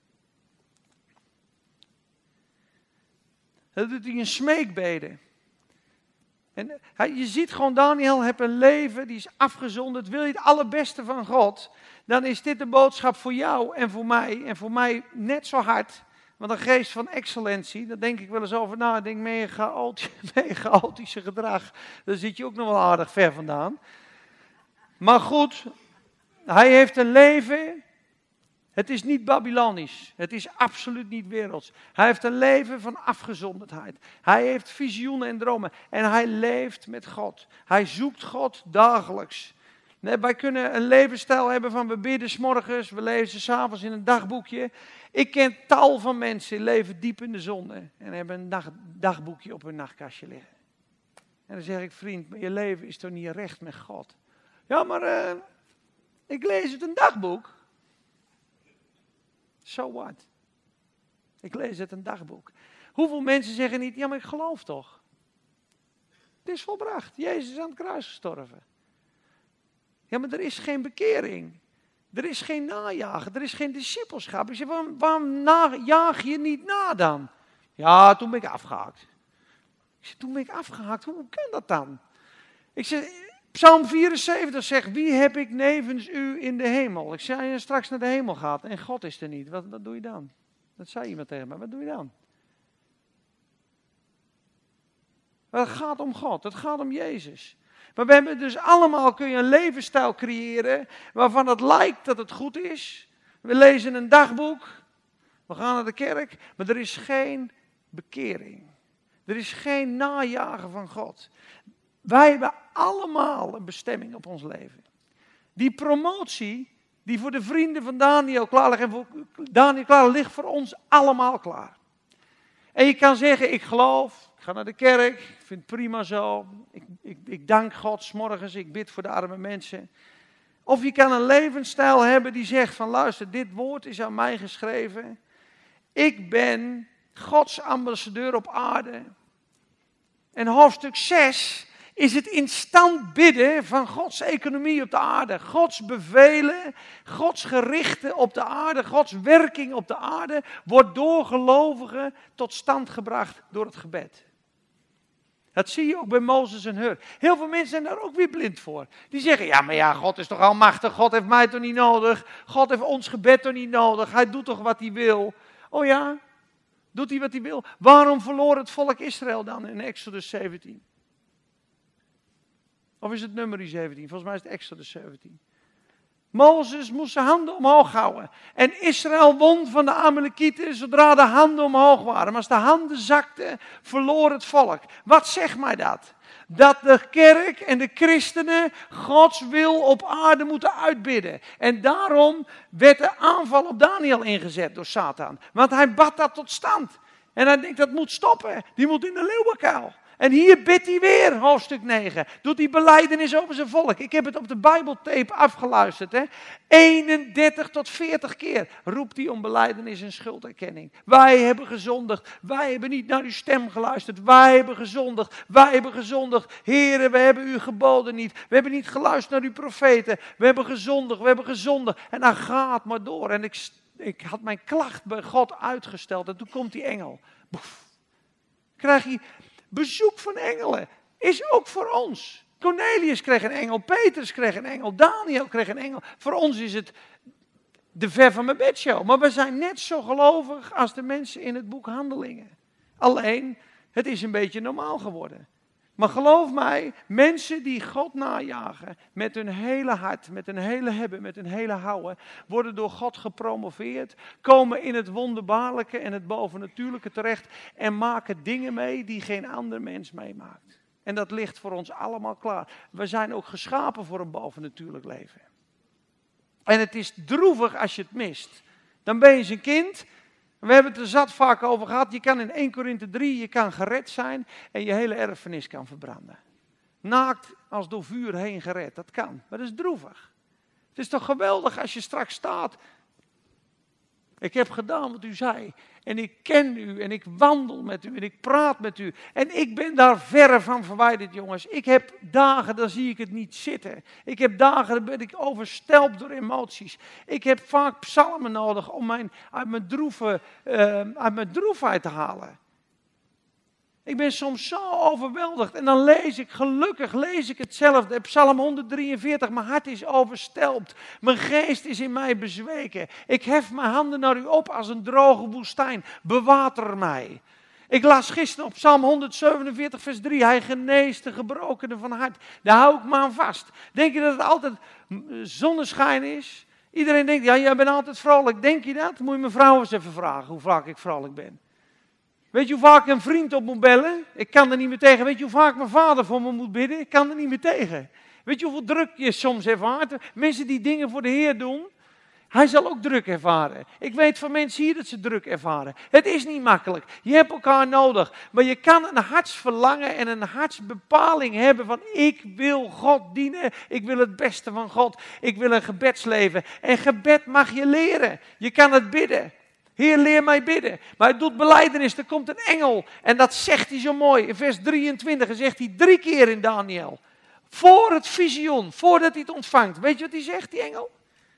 Dat doet hij een smeekbede. En hij, je ziet gewoon, Daniel heeft een leven, die is afgezonderd. Wil je het allerbeste van God, dan is dit de boodschap voor jou en voor mij. En voor mij net zo hard. Want een geest van excellentie, daar denk ik wel eens over na. Ik denk, meer chaotisch, meer chaotische gedrag, daar zit je ook nog wel aardig ver vandaan. Maar goed, hij heeft een leven. Het is niet Babylonisch. Het is absoluut niet werelds. Hij heeft een leven van afgezonderdheid. Hij heeft visioenen en dromen. En hij leeft met God. Hij zoekt God dagelijks. Nee, wij kunnen een levensstijl hebben van we bidden 's morgens, we lezen 's avonds in een dagboekje. Ik ken tal van mensen die leven diep in de zonde en hebben een dag, dagboekje op hun nachtkastje liggen. En dan zeg ik, vriend, maar je leven is toch niet recht met God? Ja, maar uh, ik lees het een dagboek. So what? Ik lees het een dagboek. Hoeveel mensen zeggen niet, ja maar ik geloof toch? Het is volbracht. Jezus is aan het kruis gestorven. Ja, maar er is geen bekering. Er is geen najagen. Er is geen discipelschap. Ik zeg, waarom, waarom na, jaag je niet na dan? Ja, toen ben ik afgehaakt. Ik zeg, toen ben ik afgehaakt. Hoe kan dat dan? Ik zeg, Psalm vierenzeventig zegt, wie heb ik nevens u in de hemel? Ik zeg, als je straks naar de hemel gaat en God is er niet, wat, wat doe je dan? Dat zei iemand tegen mij, wat doe je dan? Maar het gaat om God, het gaat om Jezus. Maar we hebben dus allemaal, kun je een levensstijl creëren waarvan het lijkt dat het goed is. We lezen een dagboek, we gaan naar de kerk, maar er is geen bekering. Er is geen najagen van God. Wij hebben allemaal een bestemming op ons leven. Die promotie die voor de vrienden van Daniel klaar ligt en voor Daniel klaar ligt voor ons allemaal klaar. En je kan zeggen, ik geloof, ik ga naar de kerk, ik vind het prima zo. Ik, ik, ik dank God 's morgens, ik bid voor de arme mensen. Of je kan een levensstijl hebben die zegt van luister, dit woord is aan mij geschreven. Ik ben Gods ambassadeur op aarde. En hoofdstuk zes is het in stand bidden van Gods economie op de aarde. Gods bevelen, Gods gerichten op de aarde, Gods werking op de aarde wordt door gelovigen tot stand gebracht door het gebed. Dat zie je ook bij Mozes en Hur. Heel veel mensen zijn daar ook weer blind voor. Die zeggen, ja maar ja, God is toch almachtig, God heeft mij toch niet nodig, God heeft ons gebed toch niet nodig, hij doet toch wat hij wil. Oh ja, doet hij wat hij wil. Waarom verloor het volk Israël dan in Exodus zeventien? Of is het Numeri zeventien? Volgens mij is het Exodus zeventien. Mozes moest zijn handen omhoog houden. En Israël won van de Amalekieten zodra de handen omhoog waren. Maar als de handen zakten, verloor het volk. Wat zegt mij dat? Dat de kerk en de christenen Gods wil op aarde moeten uitbidden. En daarom werd de aanval op Daniel ingezet door Satan. Want hij bad dat tot stand. En hij denkt dat moet stoppen. Die moet in de leeuwenkuil. En hier bidt hij weer, hoofdstuk negen. Doet hij belijdenis over zijn volk. Ik heb het op de Bijbeltape afgeluisterd. Hè. eenendertig tot veertig keer roept hij om belijdenis en schulderkenning. Wij hebben gezondigd. Wij hebben niet naar uw stem geluisterd. Wij hebben gezondigd. Wij hebben gezondigd. Heren, we hebben uw geboden niet. We hebben niet geluisterd naar uw profeten. We hebben gezondigd. We hebben gezondigd. En dan gaat maar door. En ik, ik had mijn klacht bij God uitgesteld. En toen komt die engel. Boef. Krijg je... Bezoek van engelen is ook voor ons. Cornelius kreeg een engel, Petrus kreeg een engel, Daniel kreeg een engel. Voor ons is het de ver van mijn bedshow. Maar we zijn net zo gelovig als de mensen in het boek Handelingen. Alleen, het is een beetje normaal geworden. Maar geloof mij, mensen die God najagen met hun hele hart, met hun hele hebben, met hun hele houden, worden door God gepromoveerd, komen in het wonderbaarlijke en het bovennatuurlijke terecht en maken dingen mee die geen ander mens meemaakt. En dat ligt voor ons allemaal klaar. We zijn ook geschapen voor een bovennatuurlijk leven. En het is droevig als je het mist. Dan ben je zijn kind. We hebben het er zat vaak over gehad. Je kan in Eerste Korinthe drie, je kan gered zijn en je hele erfenis kan verbranden. Naakt als door vuur heen gered, dat kan. Maar dat is droevig. Het is toch geweldig als je straks staat. Ik heb gedaan wat u zei. En ik ken u en ik wandel met u en ik praat met u. En ik ben daar verre van verwijderd, jongens. Ik heb dagen, dan zie ik het niet zitten. Ik heb dagen, dan ben ik overstelpt door emoties. Ik heb vaak psalmen nodig om mijn, uit, mijn droeve, uh, uit mijn droefheid te halen. Ik ben soms zo overweldigd en dan lees ik, gelukkig lees ik hetzelfde. Psalm honderddrieënveertig, mijn hart is overstelpt. Mijn geest is in mij bezweken. Ik hef mijn handen naar u op als een droge woestijn. Bewater mij. Ik las gisteren op Psalm honderdzevenenveertig vers drie. Hij geneest de gebrokenen van hart. Daar hou ik me aan vast. Denk je dat het altijd zonneschijn is? Iedereen denkt, ja, jij bent altijd vrolijk. Denk je dat? Moet je mijn vrouw eens even vragen hoe vaak ik vrolijk ben. Weet je hoe vaak een vriend op moet bellen? Ik kan er niet meer tegen. Weet je hoe vaak mijn vader voor me moet bidden? Ik kan er niet meer tegen. Weet je hoeveel druk je soms ervaart? Mensen die dingen voor de Heer doen, hij zal ook druk ervaren. Ik weet van mensen hier dat ze druk ervaren. Het is niet makkelijk. Je hebt elkaar nodig. Maar je kan een hartsverlangen en een hartsbepaling hebben van ik wil God dienen. Ik wil het beste van God. Ik wil een gebedsleven. En gebed mag je leren. Je kan het bidden. Heer, leer mij bidden. Maar hij doet belijdenis, er komt een engel. En dat zegt hij zo mooi. In vers drieëntwintig zegt hij drie keer in Daniel. Voor het visioen, voordat hij het ontvangt. Weet je wat hij zegt, die engel?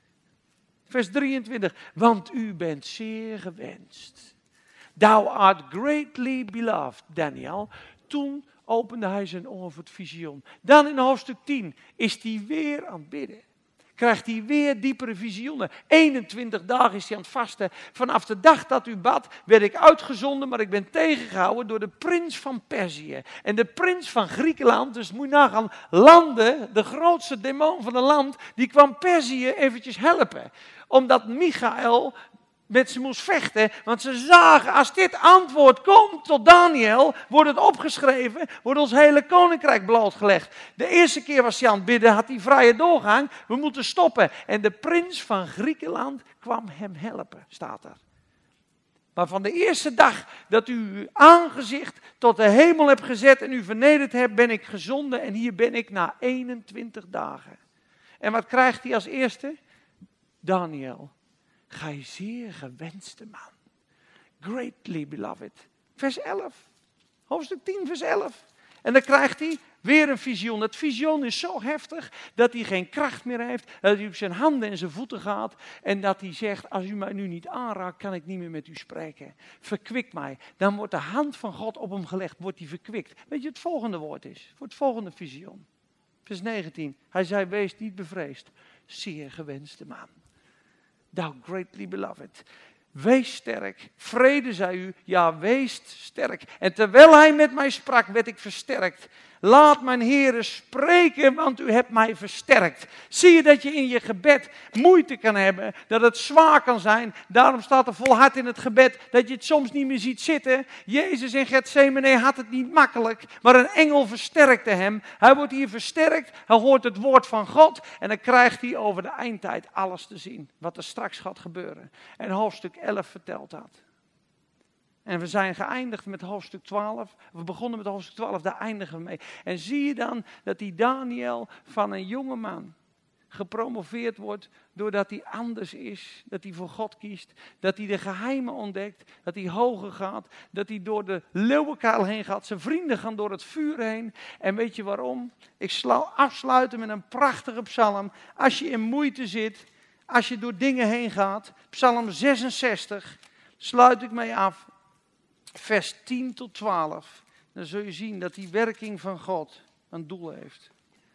Vers drieëntwintig. Want u bent zeer gewenst. Thou art greatly beloved, Daniel. Toen opende hij zijn oor voor het visioen. Dan in hoofdstuk tien is hij weer aan het bidden. Krijgt hij weer diepere visioenen. eenentwintig dagen is hij aan het vasten. Vanaf de dag dat u bad, werd ik uitgezonden, maar ik ben tegengehouden door de prins van Perzië. En de prins van Griekenland, dus moet je nagaan, landen, de grootste demon van een land, die kwam Perzië eventjes helpen. Omdat Michael met ze moest vechten, want ze zagen, als dit antwoord komt tot Daniel, wordt het opgeschreven, wordt ons hele koninkrijk blootgelegd. De eerste keer was hij aan het bidden, had hij vrije doorgang, we moeten stoppen. En de prins van Griekenland kwam hem helpen, staat er. Maar van de eerste dag dat u uw aangezicht tot de hemel hebt gezet en u vernederd hebt, ben ik gezonden en hier ben ik na eenentwintig dagen. En wat krijgt hij als eerste? Daniel. Gij zeer gewenste man. Greatly beloved. Vers elf. Hoofdstuk tien, vers elf. En dan krijgt hij weer een visioen. Het visioen is zo heftig dat hij geen kracht meer heeft. Dat hij op zijn handen en zijn voeten gaat. En dat hij zegt, als u mij nu niet aanraakt, kan ik niet meer met u spreken. Verkwik mij. Dan wordt de hand van God op hem gelegd. Wordt hij verkwikt. Weet je wat het volgende woord is? Voor het volgende visioen. Vers negentien. Hij zei, wees niet bevreesd. Zeer gewenste man. Thou greatly beloved. Wees sterk, vrede zij u, ja wees sterk. En terwijl hij met mij sprak, werd ik versterkt. Laat mijn Heere spreken, want u hebt mij versterkt. Zie je dat je in je gebed moeite kan hebben, dat het zwaar kan zijn. Daarom staat er volhard in het gebed, dat je het soms niet meer ziet zitten. Jezus in Getsemane had het niet makkelijk, maar een engel versterkte hem. Hij wordt hier versterkt, hij hoort het woord van God en dan krijgt hij over de eindtijd alles te zien. Wat er straks gaat gebeuren. En hoofdstuk elf vertelt dat. En we zijn geëindigd met hoofdstuk twaalf. We begonnen met hoofdstuk twaalf, daar eindigen we mee. En zie je dan dat die Daniel van een jonge man gepromoveerd wordt doordat hij anders is, dat hij voor God kiest, dat hij de geheimen ontdekt, dat hij hoger gaat, dat hij door de leeuwenkuil heen gaat, zijn vrienden gaan door het vuur heen. En weet je waarom? Ik zal afsluiten met een prachtige psalm. Als je in moeite zit, als je door dingen heen gaat, psalm zesenzestig, sluit ik mee af. Vers tien tot twaalf. Dan zul je zien dat die werking van God een doel heeft.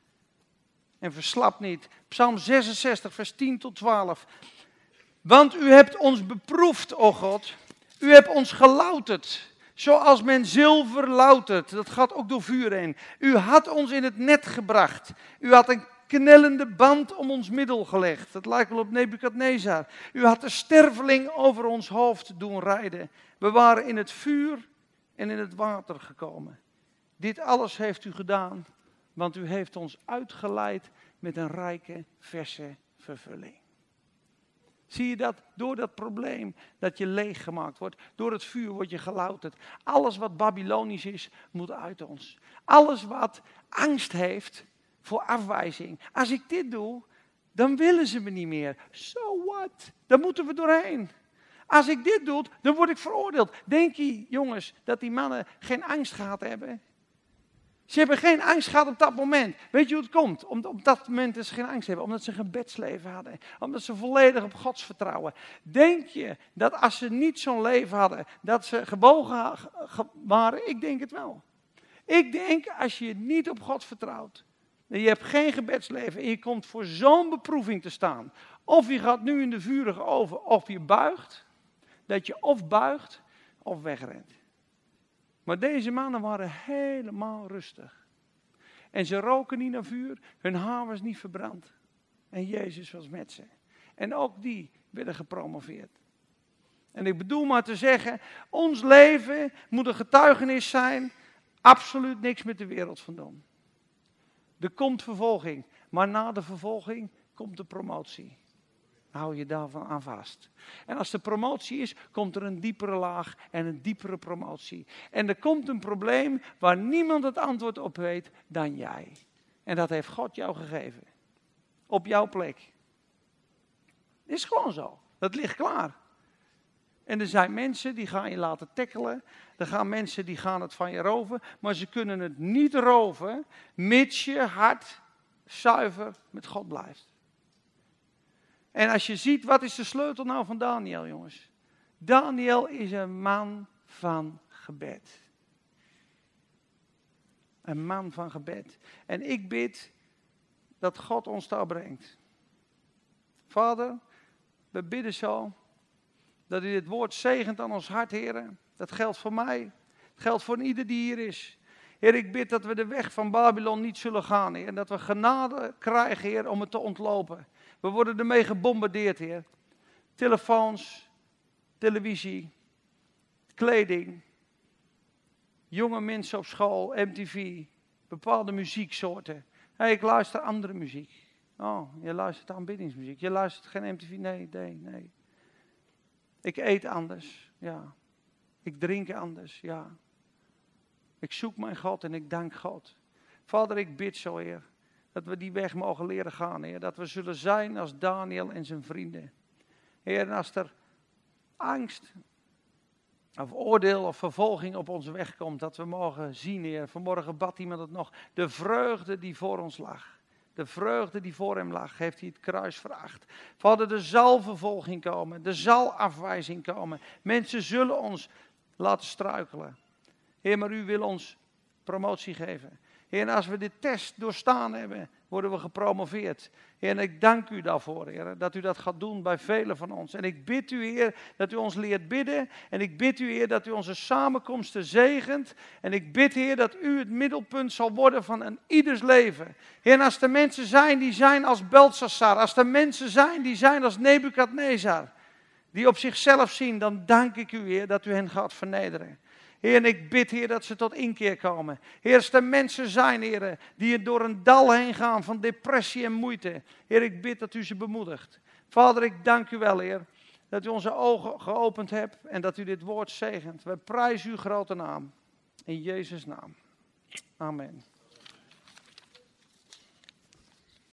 En verslap niet. Psalm zesenzestig, vers tien tot twaalf. Want u hebt ons beproefd, o God. U hebt ons gelouterd. Zoals men zilver loutert. Dat gaat ook door vuur heen. U had ons in het net gebracht. U had een knellende band om ons middel gelegd. Dat lijkt wel op Nebukadnezar. U had de sterveling over ons hoofd doen rijden. We waren in het vuur en in het water gekomen. Dit alles heeft u gedaan, want u heeft ons uitgeleid met een rijke, verse vervulling. Zie je dat? Door dat probleem dat je leeggemaakt wordt, door het vuur word je gelouterd. Alles wat Babylonisch is, moet uit ons. Alles wat angst heeft voor afwijzing. Als ik dit doe, dan willen ze me niet meer. So what? Daar moeten we doorheen. Als ik dit doe, dan word ik veroordeeld. Denk je, jongens, dat die mannen geen angst gehad hebben? Ze hebben geen angst gehad op dat moment. Weet je hoe het komt? Om, op dat moment dat ze geen angst hebben. Omdat ze een gebedsleven hadden. Omdat ze volledig op Gods vertrouwen. Denk je dat als ze niet zo'n leven hadden, dat ze gebogen waren? Ik denk het wel. Ik denk, als je niet op God vertrouwt, en je hebt geen gebedsleven en je komt voor zo'n beproeving te staan. Of je gaat nu in de vurige oven, of je buigt. Dat je of buigt, of wegrent. Maar deze mannen waren helemaal rustig. En ze roken niet naar vuur, hun haar was niet verbrand. En Jezus was met ze. En ook die werden gepromoveerd. En ik bedoel maar te zeggen, ons leven moet een getuigenis zijn, absoluut niks met de wereld van doen. Er komt vervolging, maar na de vervolging komt de promotie. Hou je daarvan aan vast. En als de promotie is, komt er een diepere laag en een diepere promotie. En er komt een probleem waar niemand het antwoord op weet dan jij. En dat heeft God jou gegeven. Op jouw plek. Is gewoon zo. Dat ligt klaar. En er zijn mensen die gaan je laten tackelen. Er gaan mensen die gaan het van je roven. Maar ze kunnen het niet roven, mits je hart zuiver met God blijft. En als je ziet, wat is de sleutel nou van Daniel, jongens? Daniel is een man van gebed. Een man van gebed. En ik bid dat God ons daar brengt. Vader, we bidden zo dat u dit woord zegent aan ons hart, heren. Dat geldt voor mij. Het geldt voor ieder die hier is. Heer, ik bid dat we de weg van Babylon niet zullen gaan, Heer. En dat we genade krijgen, Heer, om het te ontlopen. We worden ermee gebombardeerd, Heer. Telefoons, televisie, kleding, jonge mensen op school, M T V, bepaalde muzieksoorten. Hey, ik luister andere muziek. Oh, je luistert aanbiddingsmuziek. Je luistert geen M T V? Nee, nee, nee. Ik eet anders, ja. Ik drink anders, ja. Ik zoek mijn God en ik dank God. Vader, ik bid zo, Heer, dat we die weg mogen leren gaan, Heer. Dat we zullen zijn als Daniel en zijn vrienden. Heer, en als er angst of oordeel of vervolging op onze weg komt, dat we mogen zien, Heer. Vanmorgen bad iemand het nog. De vreugde die voor ons lag. De vreugde die voor hem lag, heeft hij het kruis veracht. Vader, er zal vervolging komen. Er zal afwijzing komen. Mensen zullen ons laten struikelen. Heer, maar u wil ons promotie geven. Heer, en als we dit test doorstaan hebben, worden we gepromoveerd. Heer, en ik dank u daarvoor, Heer, dat u dat gaat doen bij velen van ons. En ik bid u, Heer, dat u ons leert bidden. En ik bid u, Heer, dat u onze samenkomsten zegent. En ik bid, Heer, dat u het middelpunt zal worden van een ieders leven. Heer, en als er mensen zijn die zijn als Beltsassar, als er mensen zijn die zijn als Nebukadnezar, die op zichzelf zien, dan dank ik u, Heer, dat u hen gaat vernederen. Heer, en ik bid, Heer, dat ze tot inkeer komen. Heer, als er mensen zijn, Heer, die door een dal heen gaan van depressie en moeite. Heer, ik bid dat u ze bemoedigt. Vader, ik dank u wel, Heer, dat u onze ogen geopend hebt en dat u dit woord zegent. We prijzen uw grote naam. In Jezus' naam. Amen.